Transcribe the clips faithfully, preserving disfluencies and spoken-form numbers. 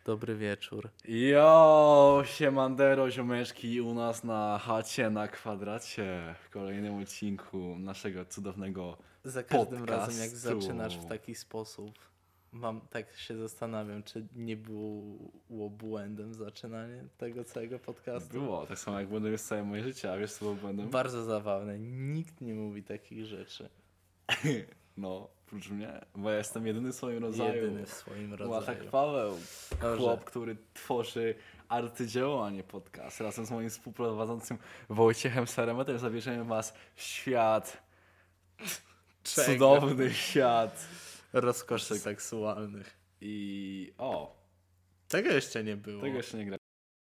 Dobry wieczór. Jo, siemandero, ziomeczki, u nas na chacie, na kwadracie, w kolejnym odcinku naszego cudownego Za każdym podcastu. razem jak zaczynasz w taki sposób, mam tak się zastanawiam, czy nie było błędem zaczynanie tego całego podcastu. Było, tak samo jak błędem jest całe moje życie, a wiesz co było błędem? Bardzo zabawne, nikt nie mówi takich rzeczy. No, prócz mnie, bo ja jestem jedyny w swoim rodzaju. Jedyny w swoim rodzaju. Łatak Paweł, Dobrze. chłop, który tworzy arcydzieło, a nie podcast. Razem z moim współprowadzącym Wojciechem Saremetem zabierzemy was w świat, Czego? cudowny świat. Rozkoszy seksualnych. I o, Tego jeszcze nie było. tego jeszcze nie gra.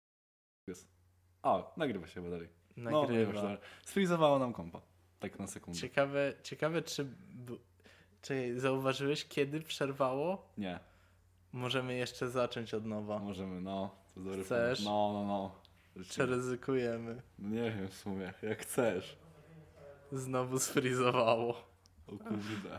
O, nagrywa się chyba dalej. Nagrywa. No, no sfrizowało nam kompa. Tak na sekundę. Ciekawe, ciekawe czy... b- Czy zauważyłeś, kiedy przerwało? Nie, Możemy jeszcze zacząć od nowa. możemy, no. To dobry Chcesz? pomysł. No, no, no. Czy ryzykujemy? No nie wiem w sumie, jak chcesz. Znowu sfrizowało. O kurde.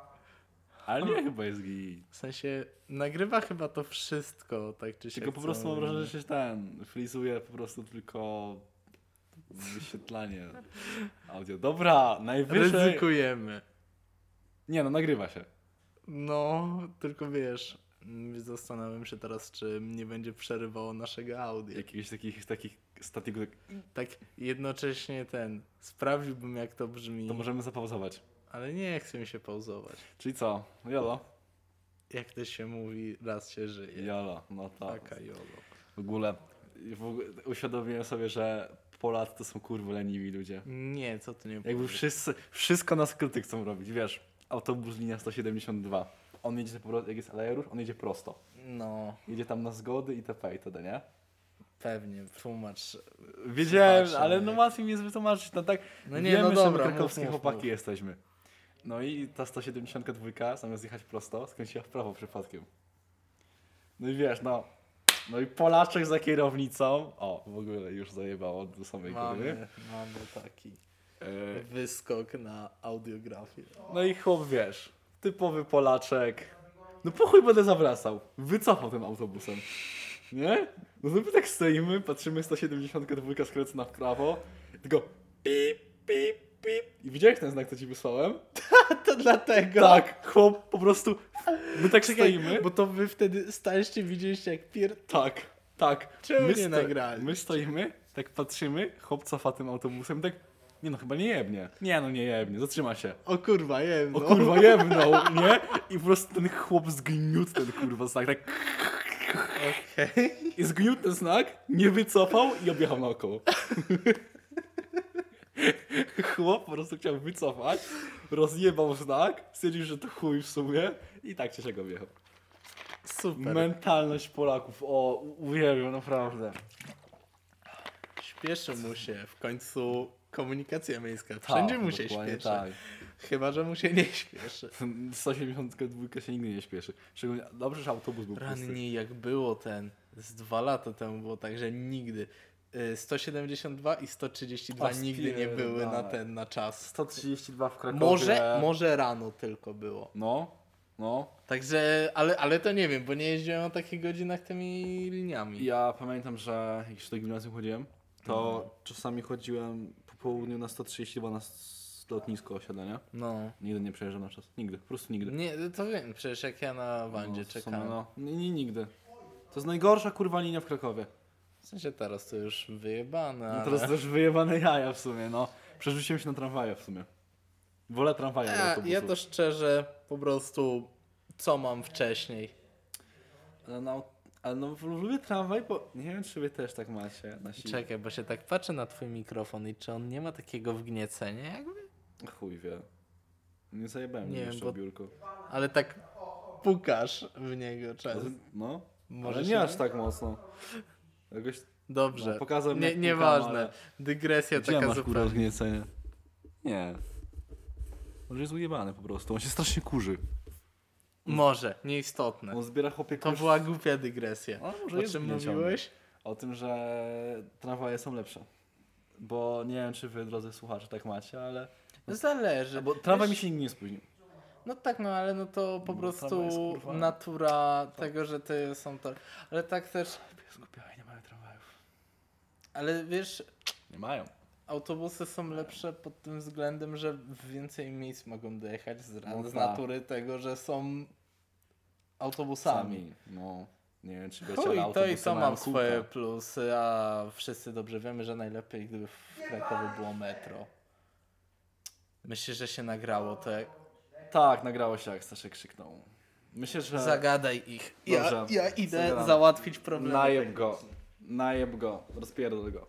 Ale nie, chyba jest git. W sensie, nagrywa chyba to wszystko, tak czy siak. Tylko po co prostu mam mówimy. wrażenie, że się ten frizuje po prostu tylko wyświetlanie audio. Dobra, najwyżej... Ryzykujemy. Nie no, nagrywa się. No, tylko wiesz, mm, zastanawiam się teraz, czy nie będzie przerywało naszego audio. Jakichś takich, takich statików, Tak jednocześnie ten, sprawdziłbym jak to brzmi, to możemy zapauzować. ale nie chce mi się pauzować. Czyli co? Jolo? Jak to się mówi, raz się żyje. Jolo, no tak. Taka jolo. W ogóle, w ogóle uświadomiłem sobie, że Polacy to są kurwa leniwi ludzie. Nie, co ty nie Jakby powiesz. wszyscy, wszystko na skróty chcą robić, wiesz. Autobus linia sto siedemdziesiąt dwa. On jedzie, po, jak jest alejusz, on jedzie prosto. No, Jedzie tam na zgody itp. itd., nie? pewnie, tłumacz. Wiedziałem, Słuchacze, ale nie? no łatwiej mi jest wytłumaczyć. No tak, No nie, wiemy, no że dobra, my krakowskie mów, mów, chłopaki mów. jesteśmy. No i ta sto siedemdziesiąt dwa zamiast jechać prosto, skręciła w prawo przypadkiem. No i wiesz, no. No i Polaczek za kierownicą. O, w ogóle już zajebało do samej góry. Mamy, mamy taki E, wyskok na audiografię. No i chłop, wiesz, typowy Polaczek. No po chuj będę zawracał. Wycofał tym autobusem. Nie? No to my tak stoimy, patrzymy, sto siedemdziesiąt dwa skręcona w prawo. Tylko pip, pip, pip. I widziałeś ten znak, co ci wysłałem? To dlatego. Tak, chłop po prostu... My tak Czekaj, stoimy. bo to wy wtedy staliście, widzieliście jak pier... Tak, tak. Czemu my nie nagrali? My stoimy, tak patrzymy, chłop cofa tym autobusem, tak... Nie no, chyba nie jebnie. Nie no, nie jebnie, zatrzyma się. O kurwa, jem. O no. kurwa, jebnął, nie? I po prostu ten chłop zgniótł ten kurwa znak, tak... Okej. I zgniótł ten znak, nie wycofał i objechał naokoło. Chłop po prostu chciał wycofać, rozjebał znak, stwierdził, że to chuj w sumie i tak cię go objechał. Super. Mentalność Polaków, o, uwielbiam, naprawdę. Śpieszy mu się. W końcu komunikacja miejska. Wszędzie Tak, mu się dokładnie śpieszy. tak. Chyba, że mu się nie śpieszy. sto siedemdziesiąt dwa się nigdy nie śpieszy. Szczególnie, dobrze, że autobus był pusty. Rannie jak było ten, z dwa lata temu było tak, że nigdy. y, sto siedemdziesiąt dwa i sto trzydzieści dwa A, nigdy nie były na spierdalaj. ten, na czas. sto trzydzieści dwa w Krakowie. Może, może rano tylko było. No, no. Także, ale, ale to nie wiem, bo nie jeździłem o takich godzinach tymi liniami. Ja pamiętam, że jak jeszcze do gimnazjum chodziłem, to czasami chodziłem po południu na sto trzydzieści dwa na s- lotnisko osiadania. No. Nigdy nie przejeżdżam na czas. Nigdy, po prostu nigdy. Nie, to wiem, przecież jak ja na Wandzie No, w sumie, czekałem. No, nie, nie, nigdy. To jest najgorsza kurwa linia w Krakowie. W sensie teraz to już wyjebane, No ale... teraz też wyjebane jaja w sumie, no. Przerzuciłem się na tramwaje w sumie. Wolę tramwaja do Ja, autobusu. ja to szczerze po prostu co mam wcześniej. Ale no, ale no lubię tramwaj, bo nie wiem, czy wy też tak macie. Nasi... Czekaj, bo się tak patrzę na twój mikrofon i czy on nie ma takiego wgniecenia jakby? Chuj wie. Nie zajebałem Nie nie wiem, jeszcze bo- bo... biurko. Ale tak pukasz w niego często. No, Może ale się nie aż tak mocno. Jakoś Dobrze, no, pokazałem, nie, jak nieważne. pukam, ale- Dygresja Gdzie taka masz kurwa zupełnie. zgniecenie? Nie. Może jest ujebany po prostu, on się strasznie kurzy. Może, nieistotne. On zbiera chłopie To kurz... była głupia dygresja. A, może O jest czym zgnieciony. mówiłeś? O tym, że tramwaje są lepsze. Bo nie wiem, czy wy, drodzy słuchacze, tak macie, ale... Zależy. Bo tramwaj Wiesz, mi się nigdy nie spóźnił. No tak, no ale no to po No, prostu tramwaj jest, kurwa. natura tego, że to są to... Ale tak też... Skupiaj, nie mają tramwajów. Ale wiesz, Nie mają. autobusy są lepsze pod tym względem, że w więcej miejsc mogą dojechać z, No z tak. natury tego, że są autobusami. Sami. No, nie wiem, czy wiecie, Chuj, ale to i autobusy to mają mam swoje kółka. plusy, a wszyscy dobrze wiemy, że najlepiej gdyby w Krakowie było metro. Myślisz, że się nagrało to jak... Tak, nagrało się, jak Staszek krzyknął. Myślę, że... Zagadaj ich. Ja, Dobrze. ja idę Zagadam. załatwić problem. Najeb go. Najeb go. Rozpierdol go.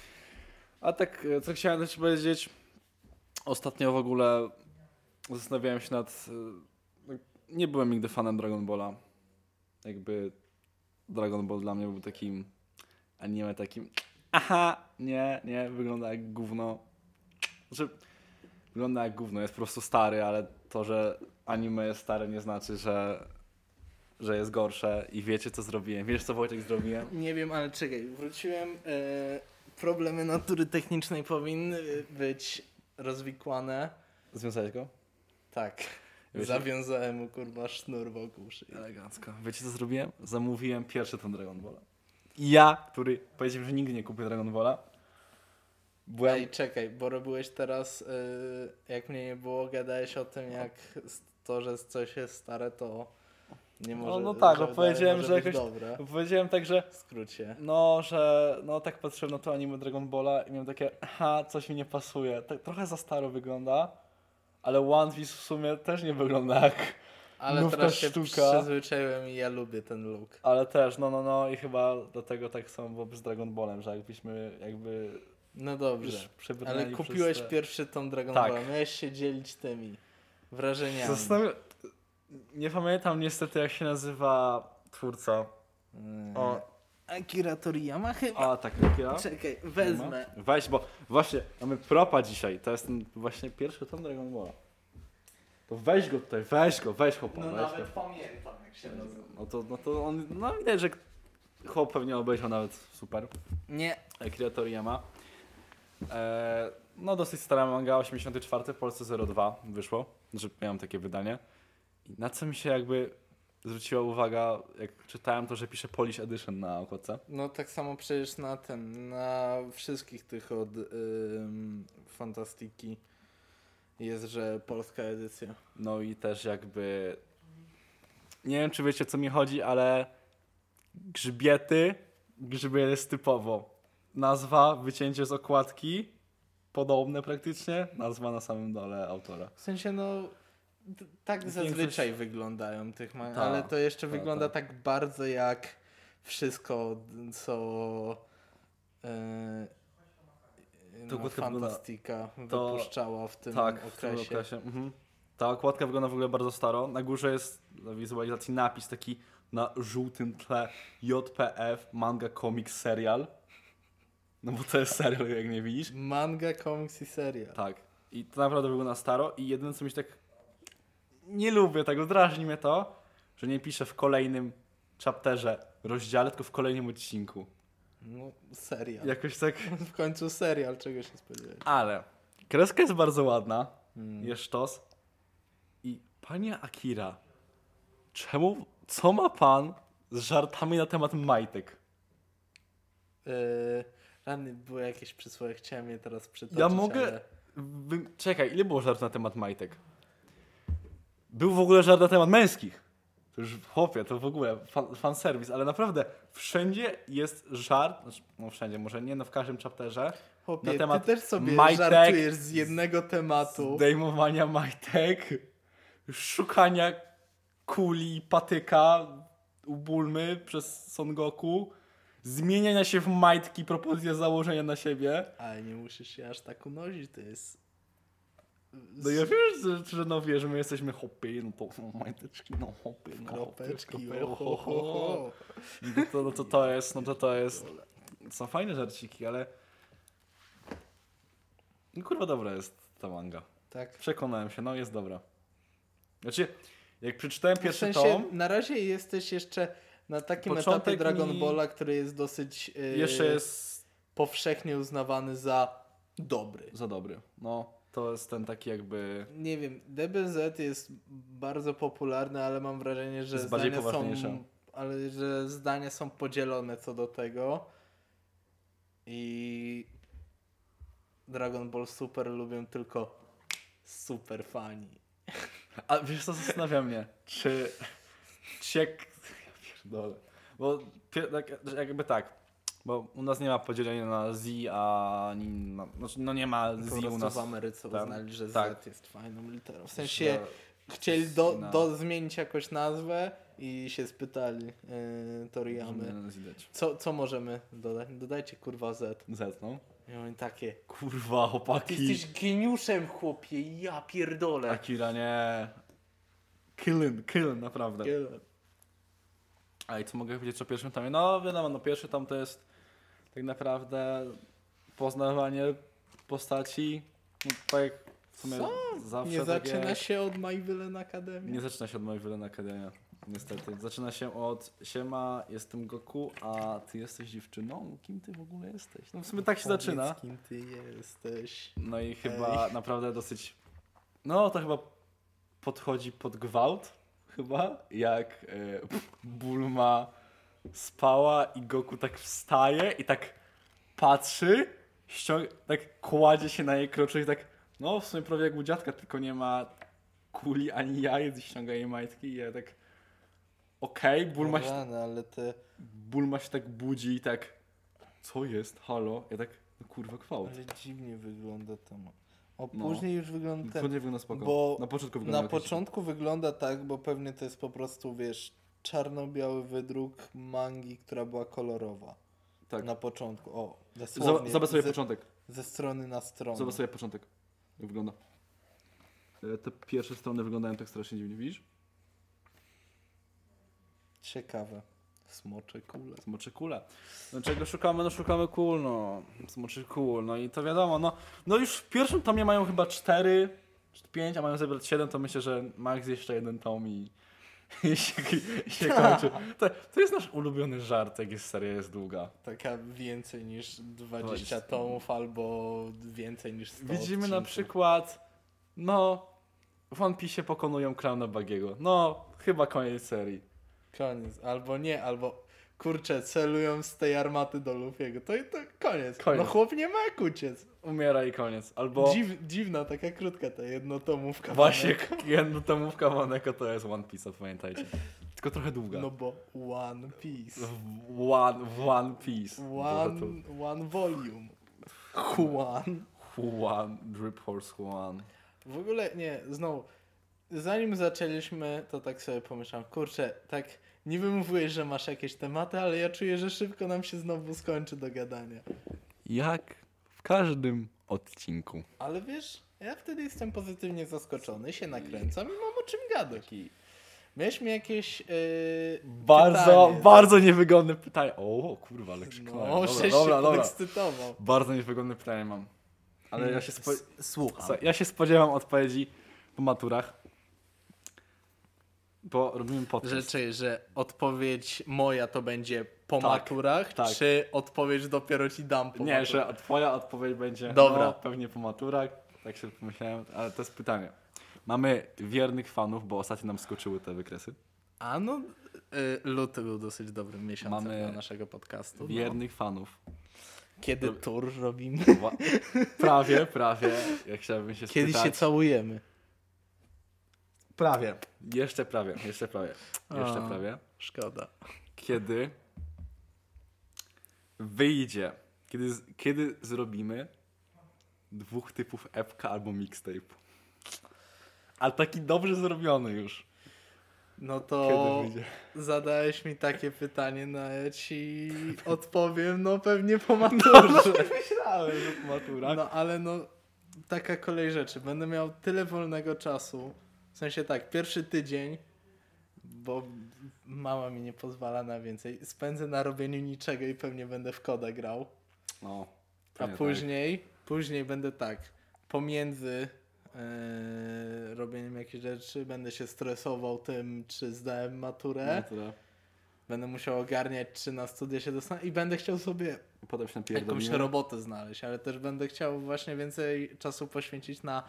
A tak, e, co chciałem też powiedzieć. Ostatnio w ogóle zastanawiałem się nad... e, Nie byłem nigdy fanem Dragon Balla. Jakby Dragon Ball dla mnie był takim anime takim... Aha, nie, nie, wygląda jak gówno. Znaczy, wygląda jak gówno, jest po prostu stary, ale to, że anime jest stare, nie znaczy, że, że jest gorsze. I wiecie, co zrobiłem? Wiesz, co Wojtek zrobiłem? Nie wiem, ale czekaj, wróciłem. E, problemy natury technicznej powinny być rozwikłane. Związałeś go? Tak. Wiecie- Zawiązałem mu kurwa sznur wokół szyi. Elegancko. Wiecie, co zrobiłem? Zamówiłem pierwszy ten Dragon Balla. I ja, który powiedziałem, że nigdy nie kupię Dragon Balla, byłem... Ej, czekaj, bo robiłeś teraz, y, jak mnie nie było, gadałeś o tym, jak s- to, że coś jest stare, to nie może no tak, że bo powiedziałem, może że być jakoś- dobre. Powiedziałem tak, że W skrócie. no, że no tak patrzyłem na to anime Dragon Balla i miałem takie, aha, coś mi nie pasuje. Tak, trochę za staro wygląda, ale One Piece w sumie też nie wygląda jak... Ale Nówka teraz się sztuka. przyzwyczaiłem i ja lubię ten look. Ale też, no, no, no i chyba dlatego tak samo było z Dragon Ballem, że jakbyśmy jakby No już dobrze, przebrnęli ale przez kupiłeś te... pierwszy tom Dragon Tak. Balla, miałeś się dzielić tymi wrażeniami. Zastanawia... Nie pamiętam niestety, jak się nazywa twórca. Mm. O, Akira Toriyama chyba? a tak, Akira. Czekaj, wezmę. Weź, bo właśnie mamy propa dzisiaj. To jest ten właśnie pierwszy tom Dragon Balla. To weź go tutaj, weź go, weź chłopa, No weź nawet go. pamiętam jak się nazywa. No to, no to on, no widać, że chłop pewnie obejrzał nawet super. Nie, Akira Toriyama. E, no dosyć stara manga, osiemdziesiąty czwarty, w Polsce zero dwa wyszło. Znaczy miałem takie wydanie. I na co mi się jakby zwróciła uwaga, jak czytałem to, że pisze Polish Edition na okładce. no tak samo przecież na tym, na wszystkich tych od ym, Fantastiki jest, że polska edycja. No i też jakby... Nie wiem, czy wiecie, o co mi chodzi, ale grzbiety, grzbiet jest typowo. Nazwa, wycięcie z okładki, podobne praktycznie, nazwa na samym dole autora. W sensie no, d- tak Większość- zazwyczaj wyglądają tych man, Ta, ale to jeszcze ta, wygląda ta. tak bardzo jak wszystko, d- co yy, To no, okładka wygląda- Fantastika to- wypuszczała w tym Tak, w tym okresie. okresie. Mhm. Ta okładka wygląda w ogóle bardzo staro. Na górze jest dla wizualizacji napis taki na żółtym tle J P F, manga, comics, serial. No bo to jest serial, jak nie widzisz. Manga, komiks i serial. Tak. I to naprawdę wygląda staro i jedyne co mi się tak... Nie lubię tego, drażni mnie to, że nie piszę w kolejnym chapterze, rozdziale, tylko w kolejnym odcinku. No, serial. Jakoś tak... W końcu serial, czego się spodziewałeś? Ale kreska jest bardzo ładna, Hmm. jest sztos. I panie Akira, czemu, co ma pan z żartami na temat majtek? Yy, rany, były jakieś przysłowie, chciałem je teraz przytoczyć, Ja mogę... ale... Wy... Czekaj, ile było żartów na temat majtek? Był w ogóle żart na temat męskich. To już chłopie, to w ogóle fan, fanserwis, ale naprawdę wszędzie jest żart, znaczy, no wszędzie, może nie, no w każdym chapterze, Chłopie, na temat ty też sobie majtek, żartujesz z jednego tematu. zdejmowania majtek, szukania kuli, patyka u Bulmy przez Son Goku, zmieniania się w majtki, propozycja założenia na siebie. Ale nie musisz się aż tak unosić, to jest... No ja wiem, że, że no wiesz, my jesteśmy hopy, no to no, majteczki, no hopy, no Kropeczki, hopy, o, ho, ho, ho. No to, no to to jest, no to to jest, są fajne żarciki, ale no kurwa dobra jest ta manga. Tak. Przekonałem się, no jest dobra. Znaczy, jak przeczytałem W pierwszy sensie, tom, na razie jesteś jeszcze na takim Początek etapie Dragon mi- Balla, który jest dosyć yy, jeszcze jest powszechnie uznawany za dobry. za dobry, no. To jest ten taki jakby... Nie wiem, D B Z jest bardzo popularny, ale mam wrażenie, że Jest bardziej zdania poważniejsza. są, ale że zdania są podzielone co do tego. I Dragon Ball Super lubią tylko super fani. A wiesz co, zastanawia mnie, czy... czy jak... Ja pierdolę. Bo pie- tak, jakby tak, bo u nas nie ma podzielenia na Z, a ani na, znaczy no nie ma Po Z prostu u nas. w Ameryce tam, uznali, że tak. Z jest fajną literą. W sensie Że- chcieli do, no. do zmienić jakoś nazwę i się spytali yy, Toriyamy. Możemy Z dać. Co, co możemy dodać? Dodajcie kurwa Z. Z, no. I oni takie. Kurwa, Ty chłopaki. jesteś geniuszem, chłopie, ja pierdolę. Akira, nie. Killin, killin, naprawdę. Kiele. A i co mogę powiedzieć o pierwszym tomie? No wiadomo, no pierwszy tom to jest tak naprawdę poznawanie postaci. No, tak jak w sumie Co? zawsze Nie takie... zaczyna się od My Villain Academy? Nie zaczyna się od mojej Villain Academia, niestety. Zaczyna się od siema, jestem Goku, a ty jesteś dziewczyną? Kim ty w ogóle jesteś? No w sumie tak się Powiedz, zaczyna. kim ty jesteś. No i chyba naprawdę dosyć... No to chyba podchodzi pod gwałt, chyba, jak e, Bulma spała i Goku tak wstaje i tak patrzy, ściąga, tak kładzie się na jej kroczu i tak, no w sumie prawie jak u dziadka, tylko nie ma kuli ani jajec i ściąga jej majtki i ja tak okej, okay, Bulma, się, Rany, ale te... Bulma się tak budzi i tak co jest, halo? Ja tak, no kurwa gwałt. Ale dziwnie wygląda to. O, No. później już wygląda ten... Później wygląda spoko. Bo na początku wygląda Na jakieś- początku wygląda tak, bo pewnie to jest po prostu, wiesz, czarno-biały wydruk mangi, która była kolorowa. Tak. Na początku. O, Zob- dosłownie. Zobacz sobie ze, początek. ze strony na stronę. Zobacz sobie początek. Jak wygląda. E, Te pierwsze strony wyglądają tak strasznie dziwnie, widzisz? Ciekawe. Smocze kule. Smoczy kule. No czego szukamy? No szukamy kul, no. Smoczy kul, no i to wiadomo, no. No już w pierwszym tomie mają chyba cztery, czy pięć, a mają zebrać siedem, to myślę, że max jeszcze jeden tom i, i się, i się kończy. To, to jest nasz ulubiony żart, jak jest seria jest długa. Taka więcej niż dwadzieścia dwadzieścia. tomów albo więcej niż sto Widzimy na odcinków. przykład, no, w One Piece pokonują Clowna Bagiego. No, chyba koniec serii. Koniec. Albo nie, albo kurczę, celują z tej armaty do Luffy'ego. To i to koniec. Koniec. No chłop nie ma jak uciec. Umiera i koniec. Albo Dziw, dziwna, taka krótka ta jednotomówka. właśnie jednotomówka Moneko to jest One Piece, pamiętajcie. Tylko trochę długa. No bo One Piece. W One, w one Piece. One, one volume. Juan. One, Drip Horse One. W ogóle nie, znowu, zanim zaczęliśmy, to tak sobie pomyślałem, kurczę, tak niby mówiłeś, że masz jakieś tematy, ale ja czuję, że szybko nam się znowu skończy do gadania. Jak w każdym odcinku. Ale wiesz, ja wtedy jestem pozytywnie zaskoczony, się nakręcam i mam o czym gadać. Miałeś mi jakieś yy, Bardzo, pytanie. bardzo niewygodne pytanie. O, kurwa, ale krzyknąłem. No, Dobra, żeś dobra, się dobra. podekscytował. Bardzo niewygodne pytanie mam. Ale ja się, spo... S- Słucham. Słuchaj, ja się spodziewam odpowiedzi po maturach. Bo robimy podcast. Że, czy, że odpowiedź moja to będzie po Tak, maturach, tak. czy odpowiedź dopiero ci dam po Nie, maturach? że twoja odpowiedź będzie Dobra. No, pewnie po maturach. Tak sobie pomyślałem, ale to jest pytanie. Mamy wiernych fanów, bo ostatnio nam skoczyły te wykresy. A no, y, luty był dosyć dobrym miesiącem Mamy dla naszego podcastu. Wiernych fanów. No. Kiedy tour robimy? Wa- prawie, prawie. Ja chciałbym się Kiedy spytać. się całujemy? Prawie. Jeszcze prawie, jeszcze prawie. Jeszcze A. prawie. Szkoda. Kiedy wyjdzie, kiedy, z- kiedy zrobimy dwóch typów epka albo mixtape. Ale taki dobrze zrobiony już. No Kiedy to wyjdzie? zadałeś mi takie pytanie, no ja ci odpowiem, no pewnie po maturze. Myślałem, że po maturach. No ale no, taka kolej rzeczy. Będę miał tyle wolnego czasu. W sensie tak, pierwszy tydzień, bo mama mi nie pozwala na więcej. Spędzę na robieniu niczego i pewnie będę w kodę grał. No, A pewnie później, później będę tak, pomiędzy e, robieniem jakichś rzeczy, będę się stresował tym, czy zdałem tak. maturę. Matura. będę musiał ogarniać, czy na studia się dostanę i będę chciał sobie Potem się jakąś napierdolimy. robotę znaleźć, ale też będę chciał właśnie więcej czasu poświęcić na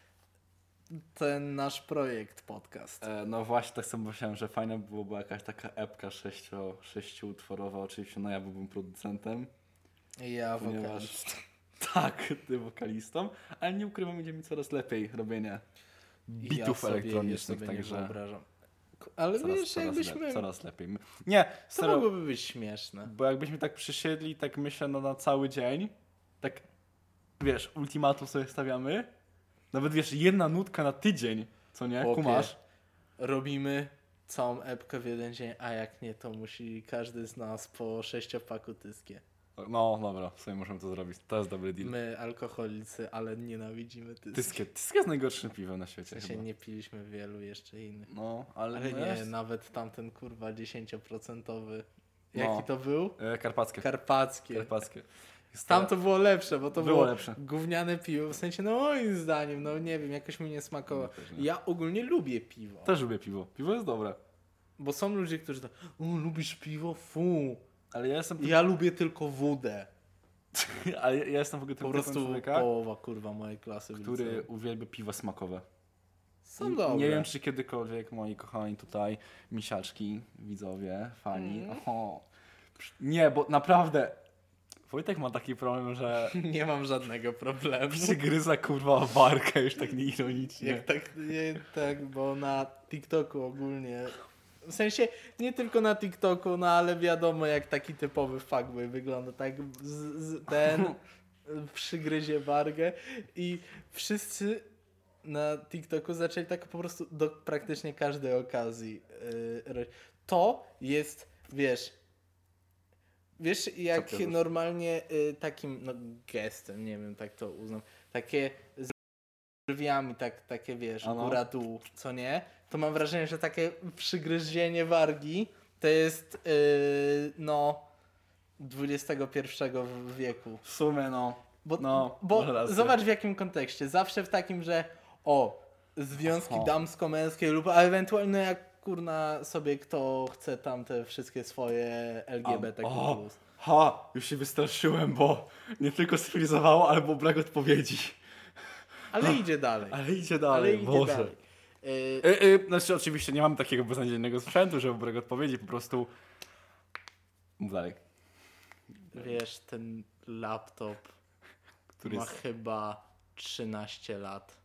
ten nasz projekt podcast. E, no właśnie, tak sobie myślałem, że fajna byłoby jakaś taka epka sześcio, sześciuutworowa. Oczywiście no ja byłbym producentem. Ja Ponieważ- wokalista. Tak, ty wokalistą, ale nie ukrywam, idzie mi coraz lepiej robienie bitów ja sobie, elektronicznych, sobie także nie wyobrażam. Ale coraz, wiesz, coraz, jakbyśmy... lep, coraz lepiej. Nie, To serio, mogłoby być śmieszne. bo jakbyśmy tak przysiedli, tak myślę, no, na cały dzień, tak wiesz, ultimatum sobie stawiamy, nawet wiesz, jedna nutka na tydzień, co nie, Chłopie, kumasz? Robimy całą epkę w jeden dzień, a jak nie, to musi każdy z nas po sześciopaku tyskie. No dobra, sobie możemy to zrobić, to jest dobry deal. My, alkoholicy, ale nienawidzimy tyski. Tyskie, tyskie jest najgorszym piwem na W świecie sensie chyba. nie piliśmy wielu jeszcze innych. No, ale, Ale no nie, jest- nawet tamten kurwa dziesięcioprocentowy. No. Jaki to był? E, Karpackie. Karpackie. Karpackie. Jest Tam to było lepsze, bo to Było było, lepsze. gówniane piwo. W sensie, no moim zdaniem, no nie wiem, jakoś mi nie smakowało. No, też nie. Ja ogólnie lubię piwo. Też lubię piwo. Piwo jest dobre. Bo są ludzie, którzy tak, o, lubisz piwo? Fu. Ale ja jestem... Ja lubię tylko wódę. Ale ja jestem w ogóle Po tym prostu typem człowieka, połowa kurwa mojej klasy. w który liceum. uwielbia piwa smakowe. Są I dobre. Nie wiem, czy kiedykolwiek moi kochani tutaj, misiaczki, widzowie, fani. Mm. O, nie, bo naprawdę Wojtek ma taki problem, że Nie mam żadnego problemu. przygryza kurwa warkę już tak nieironicznie. Jak tak, nie, tak, bo na TikToku ogólnie, w sensie nie tylko na TikToku, no ale wiadomo jak taki typowy fuckboy wygląda, tak z, z, ten przygryzie wargę i wszyscy na TikToku zaczęli tak po prostu do praktycznie każdej okazji yy, robić. To jest, wiesz, wiesz jak Co ty normalnie y, takim no, gestem, nie wiem, tak to uznam, takie z brwiami, tak, takie wiesz, Ano. góra dół, co nie? To mam wrażenie, że takie przygryzienie wargi to jest yy, no dwudziestego pierwszego wieku. W sumie no, Bo, No, bo masz rację. zobacz w jakim kontekście. Zawsze w takim, że o, związki Oho. damsko-męskie lub a ewentualnie jak kurna sobie kto chce tam te wszystkie swoje L G B T Q O, plus. ha, już się wystraszyłem, bo nie tylko stylizowało, ale było brak odpowiedzi. Ale idzie dalej. Ale idzie Ale dalej, idzie Boże. dalej. Y, Y, y, znaczy oczywiście nie mamy takiego beznadziejnego sprzętu, żeby brak odpowiedzi, po prostu mów dalej. wiesz, ten laptop Który ma jest... chyba trzynaście lat.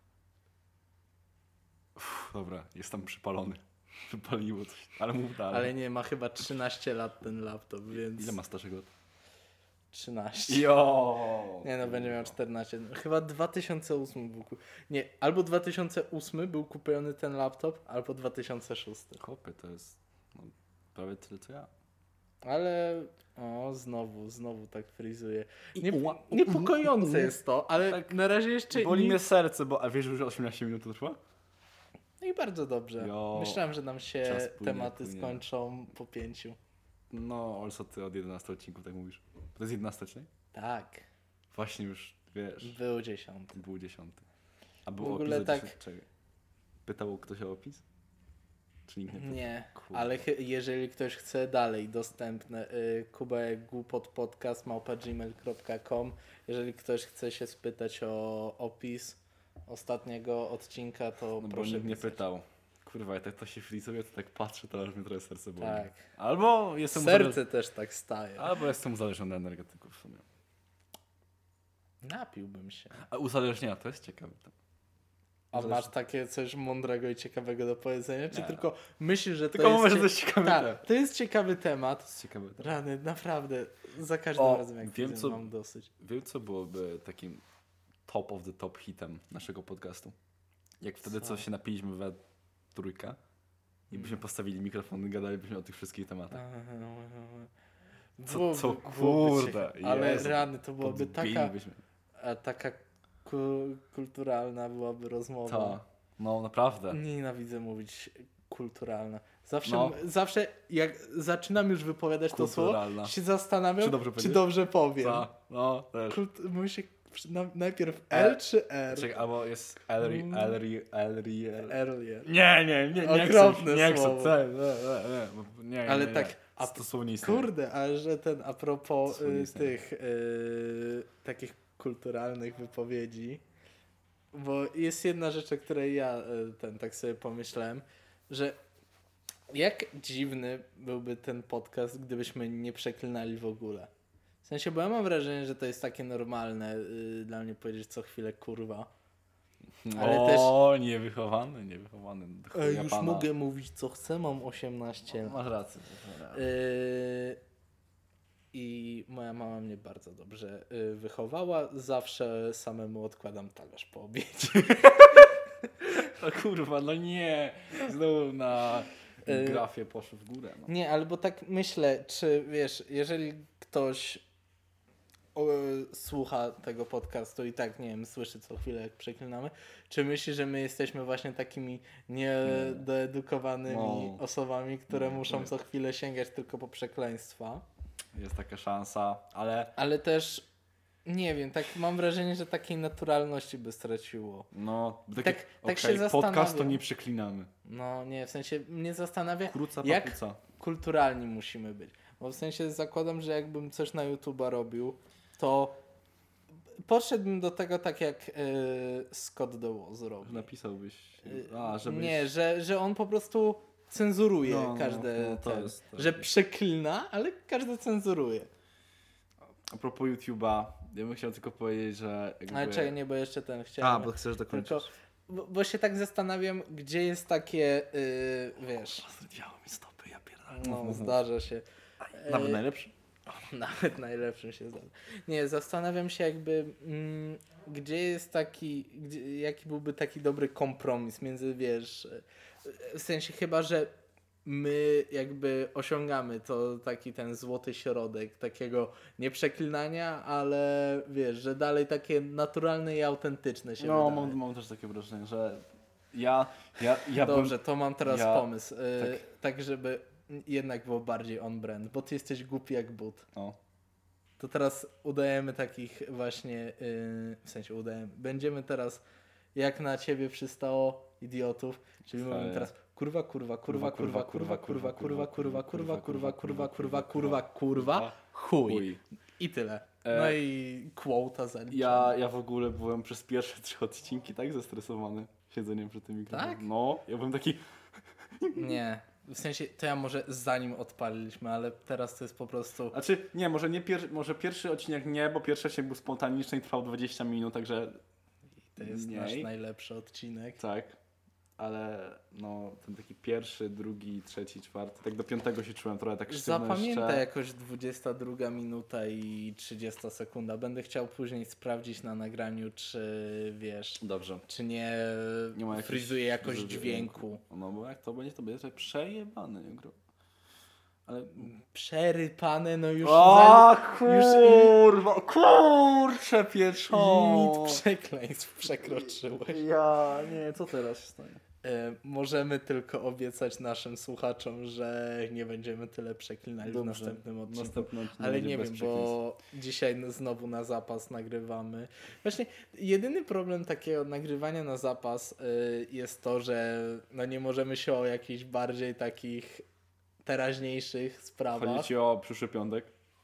Uff, dobra, jest tam przypalony. Przypaliło coś, ale mów dalej. Ale nie, ma chyba trzynaście lat ten laptop, więc... Ile ma starszego? trzynaście. Jo! Nie no, będzie miał czternaście. Chyba dwa tysiące ósmy był... ku- Nie, albo dwa tysiące ósmy był kupiony ten laptop, albo dwa tysiące szósty. Kopy, to jest no, prawie tyle co ja. Ale... O, znowu, znowu tak frizuje. Nie, Ua, niepokojące ua, jest to, ale tak na razie jeszcze Boli nic... mnie serce, bo a wiesz, że już osiemnaście minut to trwa? No i bardzo dobrze. Jo, Myślałem, że nam się czas płynie, tematy płynie. skończą po pięciu. No, also ty od jedenastu odcinków tak mówisz. To jest jedenasty odcinek? Tak, Właśnie już, wiesz, był dziesiąty. był dziesiąty. A był W ogóle opis tak- tak... Czekaj. Pytał ktoś o opis? Czy nikt nie pytał? Nie, Kurde. ale chy- jeżeli ktoś chce dalej dostępne, y, Kubek Głupot Podcast małpa gmail kropka com. Jeżeli ktoś chce się spytać o opis ostatniego odcinka, to No bo proszę nikt nie pisać. pytał. Kurwa, jak tak to się frizuje, to tak patrzę, to aż mnie trochę serce boli. Tak. Albo jestem Serce też tak staje. uzależniony, albo jestem uzależniony od energetyków w sumie. Napiłbym się. A uzależnienia to jest ciekawe. A Uzależ- masz takie coś mądrego i ciekawego do powiedzenia? Czy Nie. tylko myślisz, że to Tylko jest... mówię, że cie- to jest ciekawy Tak, temat. to jest ciekawy To temat. jest ciekawe. Rany, naprawdę. Za każdym O, razem jak wiem, widzę, co- mam dosyć. Wiem, co byłoby takim top of the top hitem naszego podcastu? Jak wtedy, co, Co? się napiliśmy we trójkę i byśmy Mm. postawili mikrofon i gadalibyśmy o tych wszystkich tematach. Co- Byłoby- co, byłoby kurde, ciekawe. Ale Jezu, rany, to byłaby taka, Podbilibyśmy. a taka ku, kulturalna byłaby rozmowa. Ta. No, naprawdę. Nienawidzę mówić kulturalna. Zawsze, No. zawsze jak zaczynam już wypowiadać to słowo, Kulturalna. się zastanawiam, Czy dobrze czy powiedzieć? dobrze powiem. Ta. No, też. Kult, mówi się przy- na, najpierw E, L czy R? Czekaj, albo jest Elri, Mm. Elri, Elri, Elri. Earlier. Nie, nie, nie, nie Okropne chcę, nie chcę, słowo. chcę, nie, nie, nie, bo- nie, Ale nie, tak, nie. A stosownie istnieje. kurde, a że ten a propos Stosownie y, istnieje. tych y, takich kulturalnych wypowiedzi, bo jest jedna rzecz, o której ja y, ten tak sobie pomyślałem, że jak dziwny byłby ten podcast, gdybyśmy nie przeklinali w ogóle. W sensie, bo ja mam wrażenie, że to jest takie normalne y, dla mnie powiedzieć co chwilę kurwa. Ale o, też... niewychowany, niewychowany. Ej, już pana. Mogę mówić co chcę, mam osiemnaście lat. Masz rację. Yy, I moja mama mnie bardzo dobrze yy, wychowała. Zawsze samemu odkładam talerz po obiedzie. No kurwa, no nie. Znowu na grafie poszło w górę. No. Nie, albo tak myślę, czy wiesz, jeżeli ktoś o, słucha tego podcastu i tak, nie wiem, słyszy co chwilę jak przeklinamy, czy myśli, że my jesteśmy właśnie takimi niedoedukowanymi no. osobami, które no, muszą co chwilę sięgać tylko po przekleństwa? Jest taka szansa, ale... Ale też, nie wiem, tak mam wrażenie, że takiej naturalności by straciło. No, tak, tak, tak okay, się zastanawiam. Podcast to nie przeklinamy. No nie, w sensie mnie zastanawia, Kruca, jak papuca. kulturalni musimy być. Bo w sensie zakładam, że jakbym coś na YouTube'a robił, to podszedłbym do tego tak jak yy, Scott The Woz robi. Napisałbyś. A, żebyś... Nie, że, że on po prostu cenzuruje no, każde. No, no, to ten, jest, to że jest. przeklina, ale każdy cenzuruje. A propos YouTube'a, ja bym chciał tylko powiedzieć, że. Jakby... Ale czekaj, nie, bo jeszcze ten chciałem. A, bo chcesz dokończyć. Tylko, bo, bo się tak zastanawiam, gdzie jest takie, yy, wiesz. Zdrwiało mi stopy, ja pierdolę. No, zdarza się. Nawet najlepszy? Nawet najlepszym się zdarza. Nie, zastanawiam się jakby, mm, gdzie jest taki, gdzie, jaki byłby taki dobry kompromis między, wiesz, w sensie chyba, że my jakby osiągamy to taki ten złoty środek, takiego nieprzeklinania, ale wiesz, że dalej takie naturalne i autentyczne się No, wydaje. mam, mam też takie wrażenie, że ja... ja, ja Dobrze, bym, to mam teraz ja, pomysł. Yy, tak. tak, żeby jednak było bardziej on brand, bo ty jesteś głupi jak but. O. To teraz udajemy takich właśnie, yy, w sensie udajemy, będziemy teraz jak na ciebie przystało idiotów, czyli mówimy teraz kurwa, kurwa, kurwa, kurwa, kurwa, kurwa, kurwa, kurwa, kurwa, kurwa, kurwa, kurwa, kurwa, kurwa, chuj. I tyle. No i quota zaliczona. Ja, ja w ogóle byłem przez pierwsze trzy odcinki tak zestresowany siedzeniem przed tym mikrofonem. Tak? No, ja byłem taki... Nie. W sensie, to ja może zanim odpaliliśmy, ale teraz to jest po prostu... Znaczy, nie, może nie pier... może pierwszy odcinek nie, bo pierwszy odcinek był spontaniczny i trwał dwadzieścia minut, także... To jest mniej. nasz najlepszy odcinek. Tak, ale no ten taki pierwszy, drugi, trzeci, czwarty, tak do piątego się czułem trochę tak sztywno Zapamiętaj jeszcze. jakoś dwudziesta druga minuta i trzydziesta sekunda. Będę chciał później sprawdzić na nagraniu, czy wiesz... Dobrze. Czy nie, nie ma fryzuje jakoś dźwięku. No bo jak to będzie, to będzie przejebane, nie gro. Ale... Przerypane, no już... O za... kurwa, już... kurcze pieczone. Limit przekleństw przekroczyłeś. Ja, nie, co teraz się stanie? E, możemy tylko obiecać naszym słuchaczom, że nie będziemy tyle przeklinali Dobrze. w następnym odcinku. Następny odcinek ale nie bez wiem, bo dzisiaj znowu na zapas nagrywamy. Właśnie jedyny problem takiego nagrywania na zapas y, jest to, że no nie możemy się o jakichś bardziej takich teraźniejszych sprawach. Chodzi ci o przyszły piątek?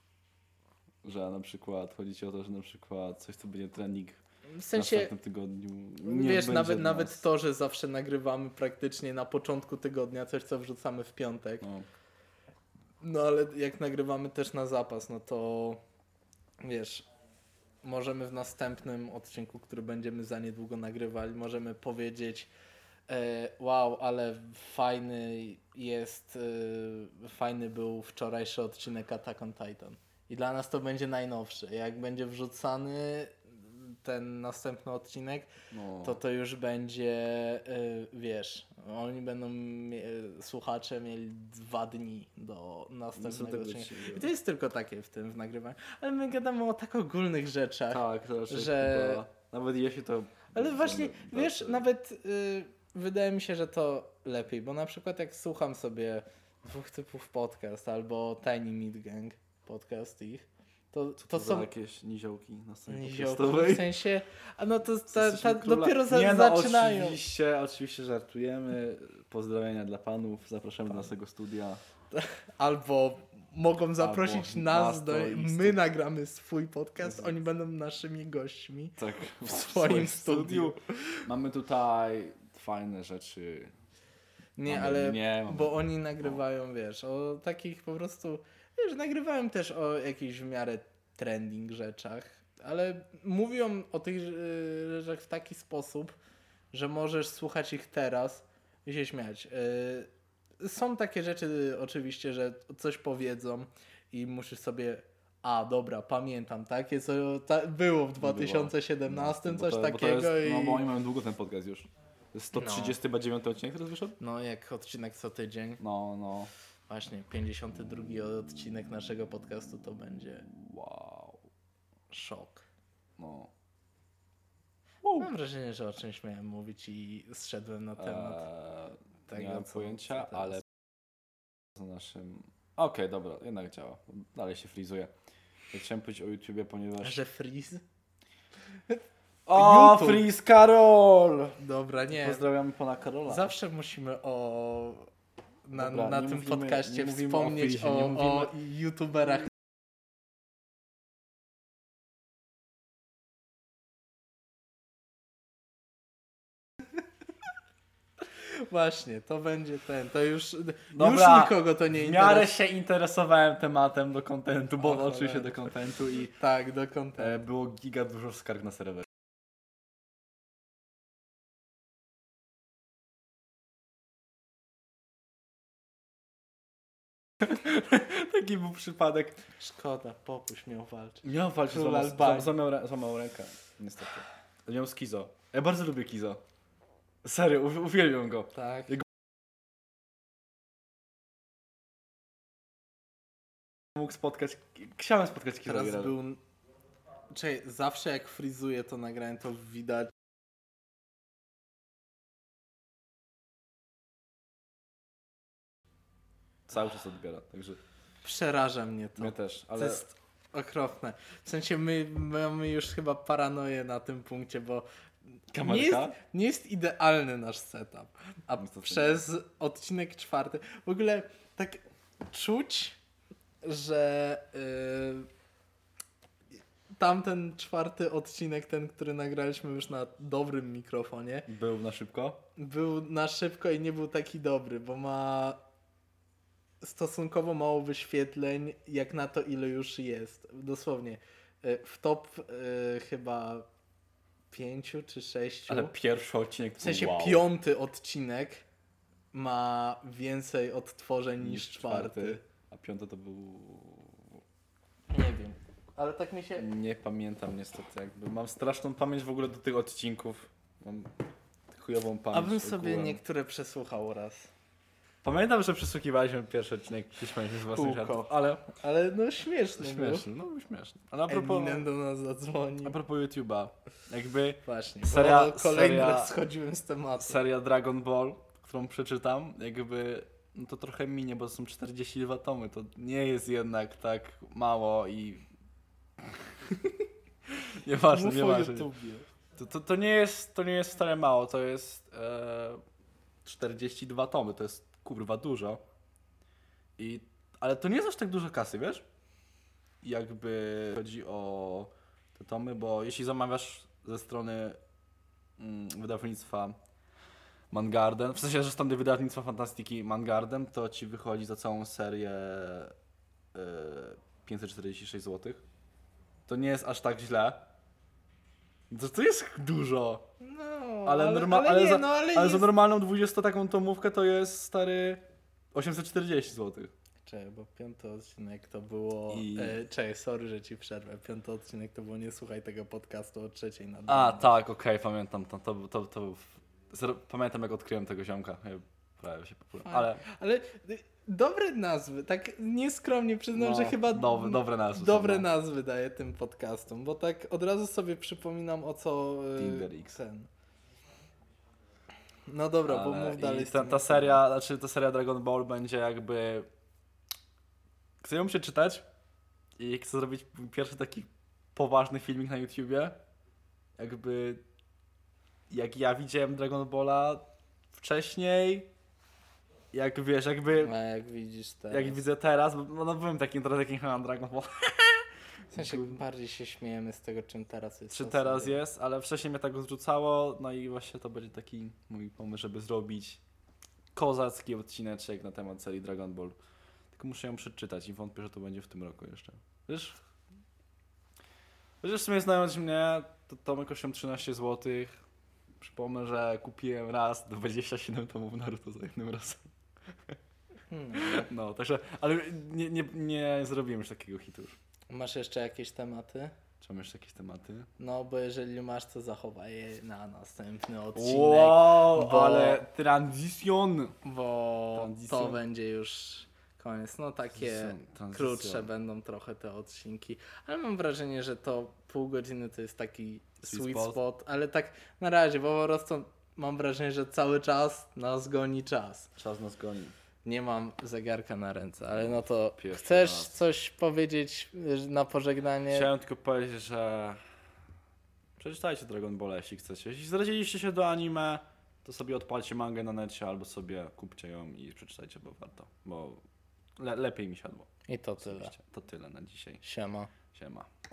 Że na przykład, chodzi ci o to, że na przykład coś, co będzie trening w sensie, w następnym tygodniu. Nie wiesz, nawet, nas... nawet to, że zawsze nagrywamy praktycznie na początku tygodnia coś, co wrzucamy w piątek. No. No ale jak nagrywamy też na zapas, no to wiesz, możemy w następnym odcinku, który będziemy za niedługo nagrywali, możemy powiedzieć e, wow, ale fajny jest, e, fajny był wczorajszy odcinek Attack on Titan. I dla nas to będzie najnowszy. Jak będzie wrzucany ten następny odcinek, no. to to już będzie, yy, wiesz, oni będą, mie- słuchacze mieli dwa dni do następnego odcinka. I to jest tylko takie w tym w nagrywaniu. Ale my gadamy o tak ogólnych rzeczach. Tak, to raczej że... chyba, nawet jeśli to... Ale właśnie, wiesz, to... nawet yy, wydaje mi się, że to lepiej, bo na przykład jak słucham sobie dwóch typów podcast albo Tiny Meat Gang podcast ich, To, to, to są jakieś niziołki na scenie niziołki, w sensie, a no to ta, ta, króla... dopiero za, Nie, no, zaczynają. Oczywiście, oczywiście żartujemy. Pozdrowienia dla panów, zapraszamy do naszego studia. Albo mogą zaprosić Albo nas nas do... do ich My stu- nagramy swój podcast, Mhm. oni będą naszymi gośćmi. Tak, W swoim studiu. Mamy tutaj fajne rzeczy. Nie, Mamy ale... mnie, mamy- Bo oni nagrywają, wiesz, o takich po prostu... Wiesz, nagrywają też o jakichś w miarę trending rzeczach, ale mówią o tych y, rzeczach w taki sposób, że możesz słuchać ich teraz i się śmiać. Y, są takie rzeczy oczywiście, że coś powiedzą i musisz sobie, a dobra, pamiętam, takie co ta, było w dwa tysiące siedemnastym, Bo coś to- bo to takiego jest, i... No bo oni mają długo ten podcast już. To jest sto trzydziesty dziewiąty odcinek, który wyszedł? No, jak odcinek co tydzień. No, no. Właśnie, pięćdziesiąty drugi odcinek naszego podcastu to będzie Wow. szok. No. Mam wrażenie, że o czymś miałem mówić i zszedłem na temat Eee, tego, nie mam co- pojęcia, co teraz. ale z naszym... Okej, dobra, jednak działa. Dalej się frizuje. Ja chciałem powiedzieć o YouTubie, ponieważ... Że freeze? O, YouTube. Freeze Karol! Dobra, nie. Pozdrawiamy pana Karola. Zawsze musimy o... Na, Dobra, na nie tym mówimy- podcaście nie mówimy o wspomnieć freezie, o, nie o, mówimy- youtuberach. Właśnie, to będzie ten, to już, Dobra, już nikogo to nie W miarę interesuje. się interesowałem tematem do kontentu, bo O, oczywiście cholera. do kontentu i Tak, do kontentu. e, było giga dużo skarg na serwer. Taki był przypadek. Szkoda, popuść miał walczyć. Miał walczyć, Król złamał, Albanii. złamał, rę- złamał rękę, niestety. Miał skizo. Ja bardzo lubię Kizo. Serio, u- uwielbiam go. Tak. Mógł spotkać, chciałem spotkać Kizo. Teraz był... Czekaj, zawsze jak frizuję to nagranie, to widać. Cały czas odbiera, także Przeraża mnie to. mnie też, To ale... jest okropne. W sensie my mamy już chyba paranoję na tym punkcie, bo nie Kamerka? jest, nie jest idealny nasz setup. A Niestety przez odcinek czwarty w ogóle tak czuć, że yy, tamten czwarty odcinek, ten, który nagraliśmy już na dobrym mikrofonie, Był na szybko. był na szybko i nie był taki dobry, bo ma stosunkowo mało wyświetleń, jak na to, ile już jest. Dosłownie. y, W top y, chyba pięciu czy sześciu. Ale pierwszy odcinek W sensie wow. piąty odcinek ma więcej odtworzeń niż, niż czwarty. A piąty to był... Nie wiem. Ale tak mi się... Nie pamiętam niestety. Jakby mam straszną pamięć w ogóle do tych odcinków. Mam chujową pamięć. Abym sobie ogółem. niektóre przesłuchał raz. Pamiętam, że przesłuchiwaliśmy pierwszy odcinek, śmialiśmy z własnych Kółko. żartów, ale Ale no śmieszny śmieszny, no śmieszny. Ale a był. propos, Eminem do nas zadzwonił. a propos YouTube'a, jakby Właśnie, Seria- bo kolejny seria- raz schodziłem z tematu. seria Dragon Ball, którą przeczytam, jakby no to trochę minie, bo to są czterdzieści dwa tomy, to nie jest jednak tak mało i... nieważne, Mów o nieważne. YouTubie. To, to, to, nie jest, to nie jest wcale mało, to jest e, czterdzieści dwa tomy, to jest kurwa dużo. I, ale to nie jest aż tak dużo kasy, wiesz? Jakby chodzi o te tomy, bo jeśli zamawiasz ze strony mm, wydawnictwa Mangarden, w sensie, że stąd wydawnictwa Fantastiki Mangarden, to ci wychodzi za całą serię e, pięćset czterdzieści sześć złotych. To nie jest aż tak źle. To, to jest dużo. No, Ale, ale, norma- ale, ale, nie, za, no, ale, ale jest... za normalną dwudziestą taką tomówkę to jest stary osiemset czterdzieści złotych. Czekaj, bo piąty odcinek to było... I- E, czekaj, sorry, że ci przerwę. Piąty odcinek to było nie słuchaj tego podcastu o trzeciej nad A, ranem. tak, okej, pamiętam. To, to, to, to, zro- pamiętam jak odkryłem tego ziomka. Ja prawie się popłyłem. Fajnie. Ale Ale y, dobre nazwy, tak nieskromnie przyznam, no, że chyba dobre, dobre nazwy. dobre są, no. nazwy daję tym podcastom, bo tak od razu sobie przypominam o co... y, Tinder X. Ten. No dobra, bo Ale mów dalej. i z ta, tym. ta seria, znaczy ta seria Dragon Ball będzie jakby... Chcę ją przeczytać i chcę zrobić pierwszy taki poważny filmik na YouTubie. Jakby... Jak ja widziałem Dragon Balla wcześniej jak wiesz, jakby, A jak widzisz teraz. jak widzę teraz, bo no byłem takim trochę takim chyba Dragon Ball. W sensie bardziej się śmiejemy z tego, czym teraz jest. Czy to teraz sobie. jest, ale wcześniej mnie tak odrzucało, no i właśnie to będzie taki mój pomysł, żeby zrobić kozacki odcineczek na temat serii Dragon Ball. Tylko muszę ją przeczytać i wątpię, że to będzie w tym roku jeszcze. Wiesz? Chociaż w sumie znając mnie, to tomy kosztują trzynaście złotych. Przypomnę, że kupiłem raz dwadzieścia siedem tomów Naruto za jednym razem. Hmm. No, także, ale nie, nie, nie zrobiłem już takiego hitu już. Masz jeszcze jakieś tematy? Czy mam jeszcze jakieś tematy? No, bo jeżeli masz, to zachowaj je na następny odcinek. Wow, bo- ale transition! Bo Transition. to będzie już koniec. No takie Transition, transition. krótsze będą trochę te odcinki, ale mam wrażenie, że to pół godziny to jest taki Sweet sweet, spot. spot. ale tak na razie, bo po prostu mam wrażenie, że cały czas nas goni czas. Czas nas goni. Nie mam zegarka na ręce, ale no to Pierwszy chcesz raz. coś powiedzieć y, na pożegnanie? Chciałem tylko powiedzieć, że przeczytajcie Dragon Ball, jeśli chcecie. Jeśli zradziliście się do anime, to sobie odpalcie mangę na necie albo sobie kupcie ją i przeczytajcie, bo warto. Bo le- lepiej mi siadło. I to tyle. Osobiście. To tyle na dzisiaj. Siema. Siema.